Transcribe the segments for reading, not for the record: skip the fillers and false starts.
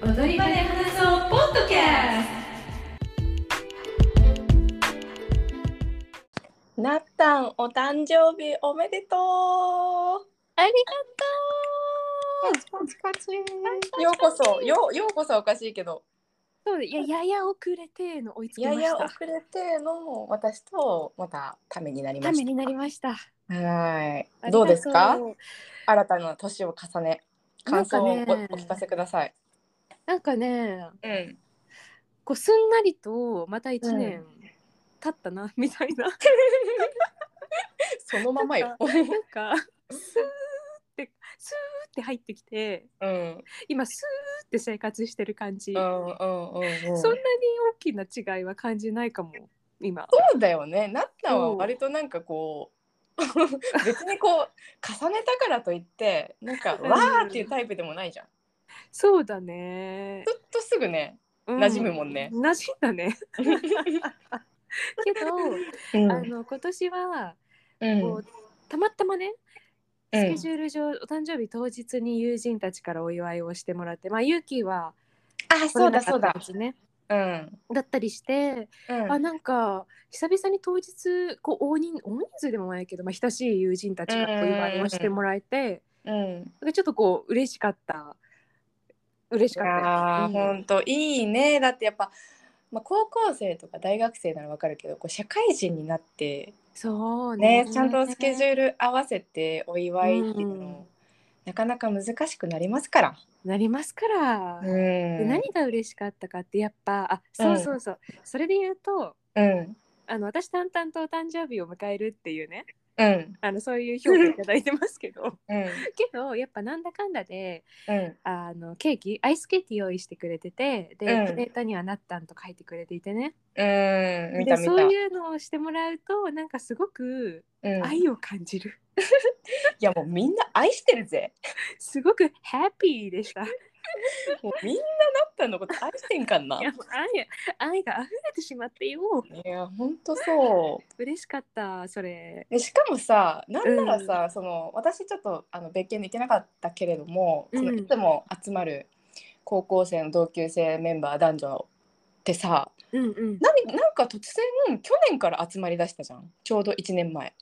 踊り場で話そうポッドキャスト。なったんお誕生日おめでとう。 ありパチパチパチ。ようこそようこそおかしいけど、 がとう。いややや遅れての追いつきややました。 遅れての私とまたためになりました。 ためになりました。 はい。 ありがとう。 どうですか？新たな年を重ね、感想をなんかねお聞かせください。 なんかね、 うんこうすんなりとまた1年うん経ったなみたいな。 そのままよ。 なんかスーって入ってきて、 うん今スーって生活してる感じ。 うんうんうんうん。 そんなに大きな違いは感じないかも今。 そうだよね。なったんは割となんかこう別にこう重ねたからといってなんかわーっていうタイプでもないじゃん。 そうだね。 ずっとすぐね馴染むもんね。 馴染んだね。けど、今年はこうたまたまね、スケジュール上、お誕生日当日に友人たちからお祝いをしてもらって、ゆうきはあ、 来れなかっそうだそうだ。 たですね。 うんだったりして、なんか久々に当日こう大人数でもないけど、親しい友人たちからお祝いをしてもらえて、ちょっとこう嬉しかったよ。 ほんといいね。だってやっぱ、高校生とか大学生ならわかるけど、こう社会人になってそうね、 ね。 ちゃんとスケジュール合わせてお祝いっていうの、なかなか難しくなりますから。 なりますから。で何が嬉しかったかってやっぱそう、それで言うと、私淡々とお誕生日を迎えるっていうね、そういう評価いただいてますけどけどやっぱなんだかんだで、ケーキアイスケーキ用意してくれてて、で、プレートにはなったんと書いてくれていてね、 見た。 そういうのをしてもらうとなんかすごく愛を感じる。 いやもうみんな愛してるぜ。 すごくハッピーでした。 もうみんななったのこと愛してんかんな。 いやもう愛が溢れてしまってよ。 いやほんとそう。 嬉しかったそれ。 でしかもさ、なんならさ、私ちょっと別件で行けなかったけれども、そのいつも集まる高校生の同級生メンバー男女ってさ、なんか突然去年から集まりだしたじゃん。ちょうど1年前。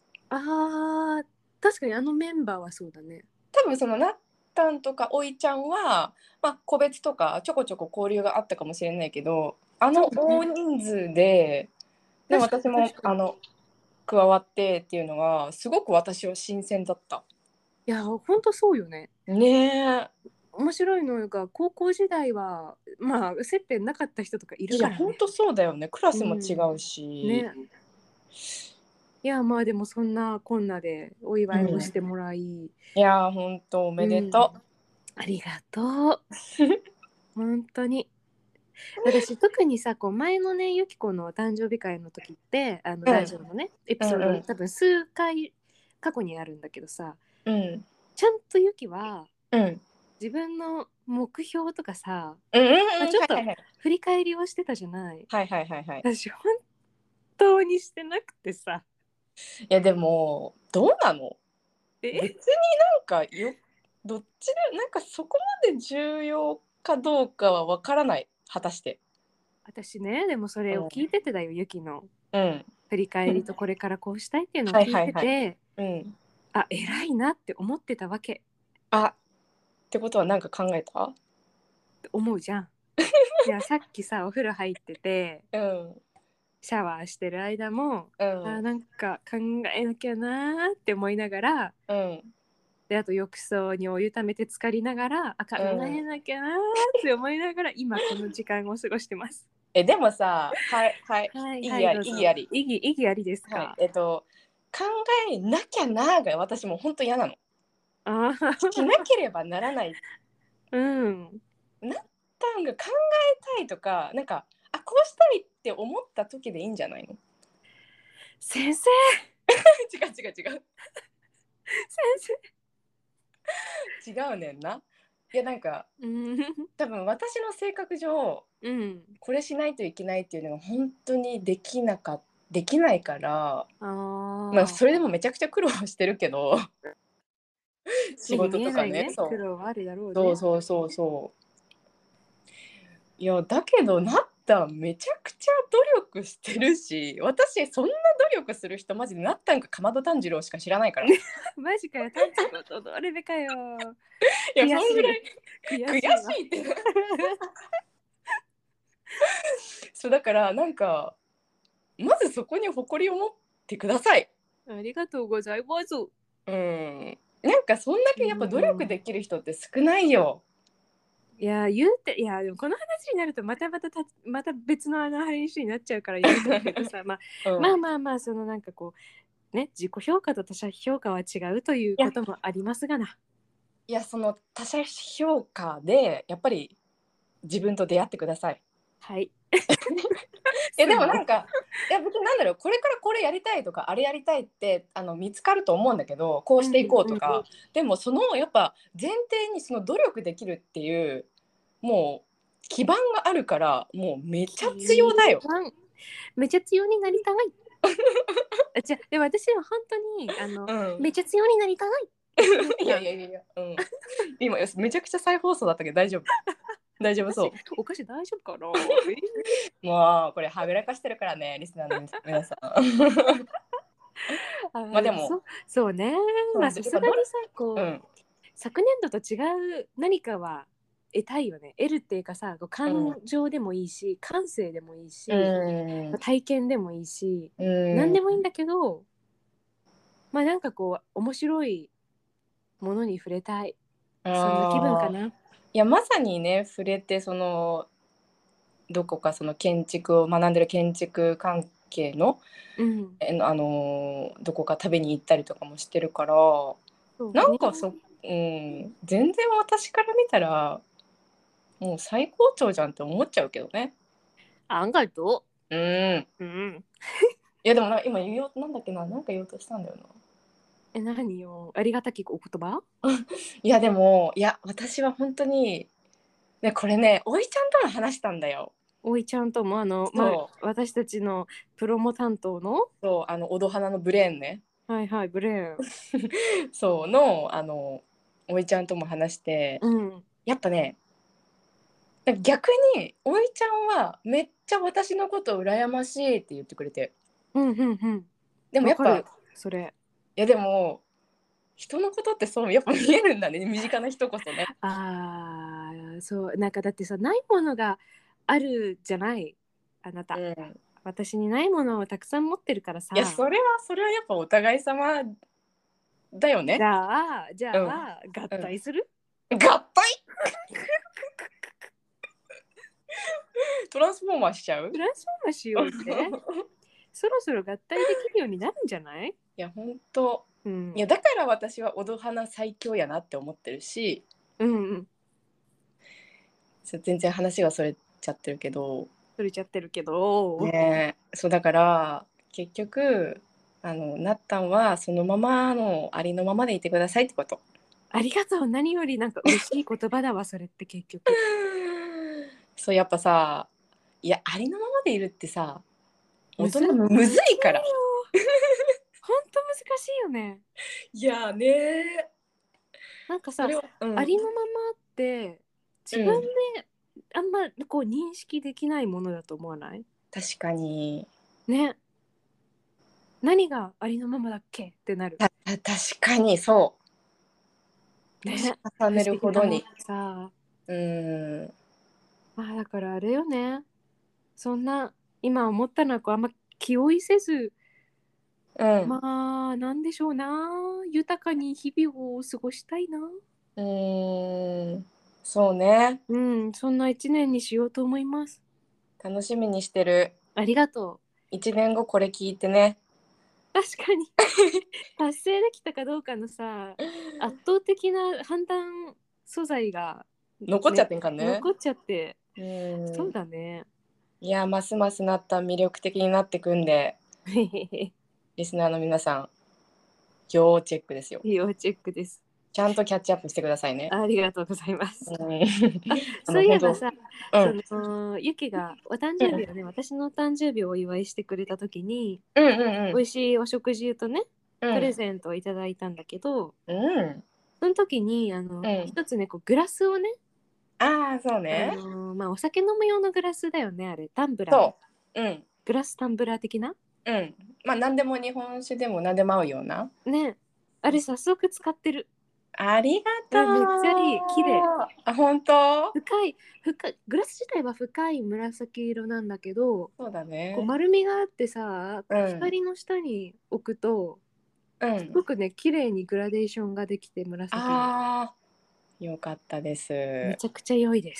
確かにあのメンバーはそうだね。 多分そのなったんとかおいちゃんは、個別とかちょこちょこ交流があったかもしれないけど、あの大人数で、私も加わってっていうのはすごく私は新鮮だった。 いやほんとそうよね。 ねえ。 面白いのが高校時代は接点なかった人とかいるからね。 いやほんとそうだよね。クラスも違うし、 ね。いやでもそんなこんなでお祝いをしてもらい、 いやほんとおめでとう。 ありがとう。本当に。私特にさ、こう前のねゆきこのお誕生日会の時ってラジオのねエピソード、多分数回過去にあるんだけどさ、ちゃんとゆきは、自分の目標とかさ、ちょっと振り返りをしてたじゃない。私本当にしてなくてさ。 いやでもどうなの？別になんかどっちでなんかそこまで重要かどうかは分からない。果たして私ね、でもそれを聞いててだよ、ゆきの振り返りとこれからこうしたいっていうのを聞いてて、偉いなって思ってたわけ。 ってことは何か考えた？ って思うじゃん。いやさっきさお風呂入ってて、シャワーしてる間も、なんか考えなきゃなって思いながら、であと浴槽にお湯ためて浸かりながら、考えなきゃなって思いながら今この時間を過ごしてます。 でもさ、意義あり。 意義ありですか？ 考えなきゃなが私も本当嫌なの。しなければならない。なったんが考えたいとか、なんかこうしたいって思った時でいいんじゃないの？ 先生違う先生違うねんな。いやなんか多分私の性格上、これしないといけないっていうのが本当にできないから、それでもめちゃくちゃ苦労してるけど仕事とかね、 苦労はあるだろうね。 そういやだけどなったんめちゃくちゃ努力してるし、私そんな努力する人マジでなったんか鎌田炭治郎しか知らないから。 マジかよ、探知ことどれべかよ。 いや悔しいそんぐらい悔し悔しいわ。 いってそうだからなんかまずそこに誇りを持ってください。 ありがとうございます。 うん。なんかそんだけやっぱ努力できる人って少ないよ。 いや言うて、いやでもこの話になるとまた別の話になっちゃうからやめとくけどさ、まあ、 うん、 まあそのなんかこうね、自己評価と他者評価は違うということもありますがな。 いやその他者評価でやっぱり自分と出会ってください。 はい。 でもなんかいや別になんだろう、これからこれやりたいとかあれやりたいって見つかると思うんだけど、こうしていこうとか、でもそのやっぱ前提にその努力できるっていうもう基盤があるから、もうめちゃ強だよ。 めちゃ強になりたい。じゃでも私は本当にめちゃ強になりたい。 いやいやいやいや、今めちゃくちゃ再放送だったけど大丈夫。大丈夫そう。 お菓子大丈夫かな。 もうこれはぐらかしてるからね、リスナーの皆さん。まあでもそうね。まあさすがにさこう、昨年度と違う何かは得たいよね。得るっていうかさ、感情でもいいし、感性でもいいし、体験でもいいし、何でもいいんだけど、まあなんかこう面白いものに触れたい。そんな気分かな。 いやまさにね、触れてそのどこかその建築を学んでる建築関係の、どこか食べに行ったりとかもしてるから、なんか全然私から見たらもう最高潮じゃんって思っちゃうけどね。 あんがとう。いやでも今なんだっけな、なんか言おうとしたんだよな。 何よ、ありがたきお言葉。 いやでも私は本当にね、これねおいちゃんとも話したんだよ。 おいちゃんとも私たちのプロモ担当のオド花のブレーンね。 はいはい、ブレーンそうおいちゃんとも話して、やっぱね逆においちゃんはめっちゃ私のこと羨ましいって言ってくれて、でもやっぱそれ、 いやでも人のことってそうやっぱ見えるんだね、身近な人こそね。 そうなんかだってさ、ないものがあるじゃないあなた、私にないものをたくさん持ってるからさ。 いやそれはやっぱお互い様だよね。 じゃあ、合体する？ 合体トランスフォーマーしちゃう？ トランスフォーマーしようってそろそろ合体できるようになるんじゃない？ いやほんと、いやだから私はオド花最強やなって思ってるし、全然話がそれちゃってるけど、ね、そうだから結局なったんはそのままのありのままでいてくださいってこと。 ありがとう。何よりなんか嬉しい言葉だわそれって結局そうやっぱさ、いやありのままでいるってさ大人むずいからほんと難しいよね。 いやね、 なんかさ、ありのままって自分であんまこう認識できないものだと思わない？ 確かにね。何がありのままだっけってなる。 確かにそうね、 年重ねるほどにさだからあれよね、そんな今思ったのはこうあんま気負いせず、まあなんでしょうな、豊かに日々を過ごしたいな。 そうね、 そんな一年にしようと思います。 楽しみにしてる。 ありがとう。 1年後これ聞いてね。 確かに達成できたかどうかのさ、圧倒的な判断素材が、 残っちゃってんかね。 残っちゃって、そうだね。 いやますますなった魅力的になってくんでリスナーの皆さん要チェックですよ。 要チェックです。 ちゃんとキャッチアップしてくださいね。 ありがとうございます。そういえばさ、ゆきがお誕生日をね、私のお誕生日をお祝いしてくれた時に、美味しいお食事とね、プレゼントをいただいたんだけど、その時に一つねこうグラスをねああ、そうね。 まあお酒飲む用のグラスだよね、あれ。タンブラー。 そう。うん。 グラスタンブラー的な。 うん。まあ何でも日本酒でも何でも合うような。 ね。あれ早速使ってる。 ありがとう。 めっちゃいい。綺麗。 あ、本当？ 深い。グラス自体は深い紫色なんだけど、 そうだね。 こう丸みがあってさ、 うん、 光の下に置くと、 うん、 すごくね、綺麗にグラデーションができて紫の。 ああ、よかったです。 めちゃくちゃ良いです。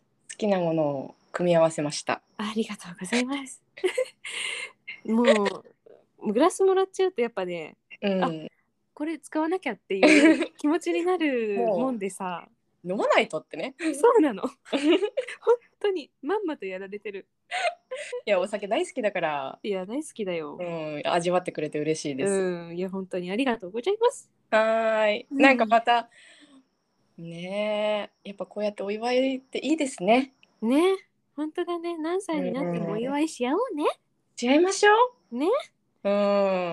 好きなものを組み合わせました。 ありがとうございます。もうグラスもらっちゃうとやっぱね、 うあ、 ん。 これ使わなきゃっていう気持ちになるももんでさ、 う飲まないとってね。 そうなの。本当にまんまとやられてる。 いや、お酒大好きだから、 いや、大好きだよ。 うん、味わってくれて嬉しいです。 いや、本当にありがとうございます。 はーい。なんかまた、ねえ、やっぱこうやってお祝いっていいですね。 ね、本当だね。何歳になってもお祝いし合おうね。 違いましょね、 う。うん。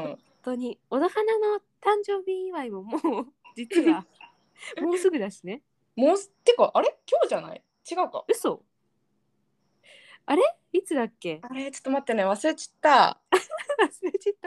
本当に。小田花の誕生日祝いももう、実は、もうすぐだしね。 もう、てか、あれ今日じゃない？違うか。 嘘？あれいつだっけ？ あれちょっと待ってね、忘れちゃった。 忘れちゃった。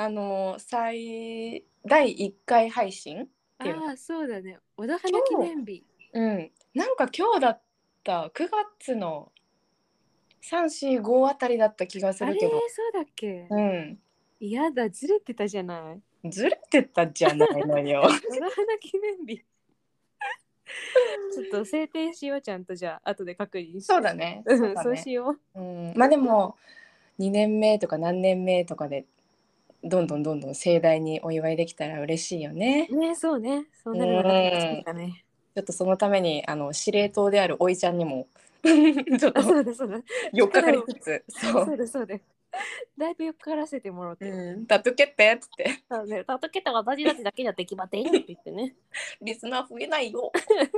第1回配信っていうの。 ああ、そうだね。小田花記念日。 うん。なんか今日だった。9月の3、4、5あたりだった気がすあれるけど。 そうだっけ？ うん。 いやだ、ずれてたじゃない。 ずれてたじゃないのよ。 小田花記念日。ちょっと制定しよう、ちゃんと。じゃあ後で確認して。 そうだね。 そうしよう。まあでも2年目とか何年目とかでどんどん盛大にお祝いできたら嬉しいよね。 ね。そうね。そうなるのが楽しみだね。 ちょっとそのために司令塔であるおいちゃんにもちょっとそうだそうだ。 4日かかりつつ、 そうだそうだ。だいぶよっからせてもらって。 タトゥケってっつって。 タトゥケットが私たちだけじゃできませんって言ってね。 リスナー増えないよ。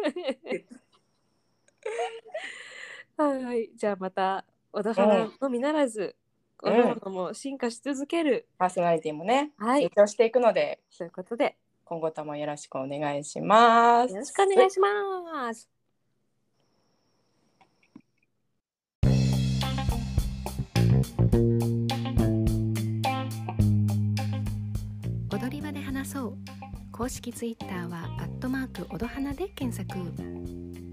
はい。じゃあまた小田花のみならず、おのおのも進化し続ける。 パーソナリティもね、 はい、 成長していくので、 ということで今後ともよろしくお願いします。 よろしくお願いします。踊り場で話そう。公式ツイッターは@おどはなで検索。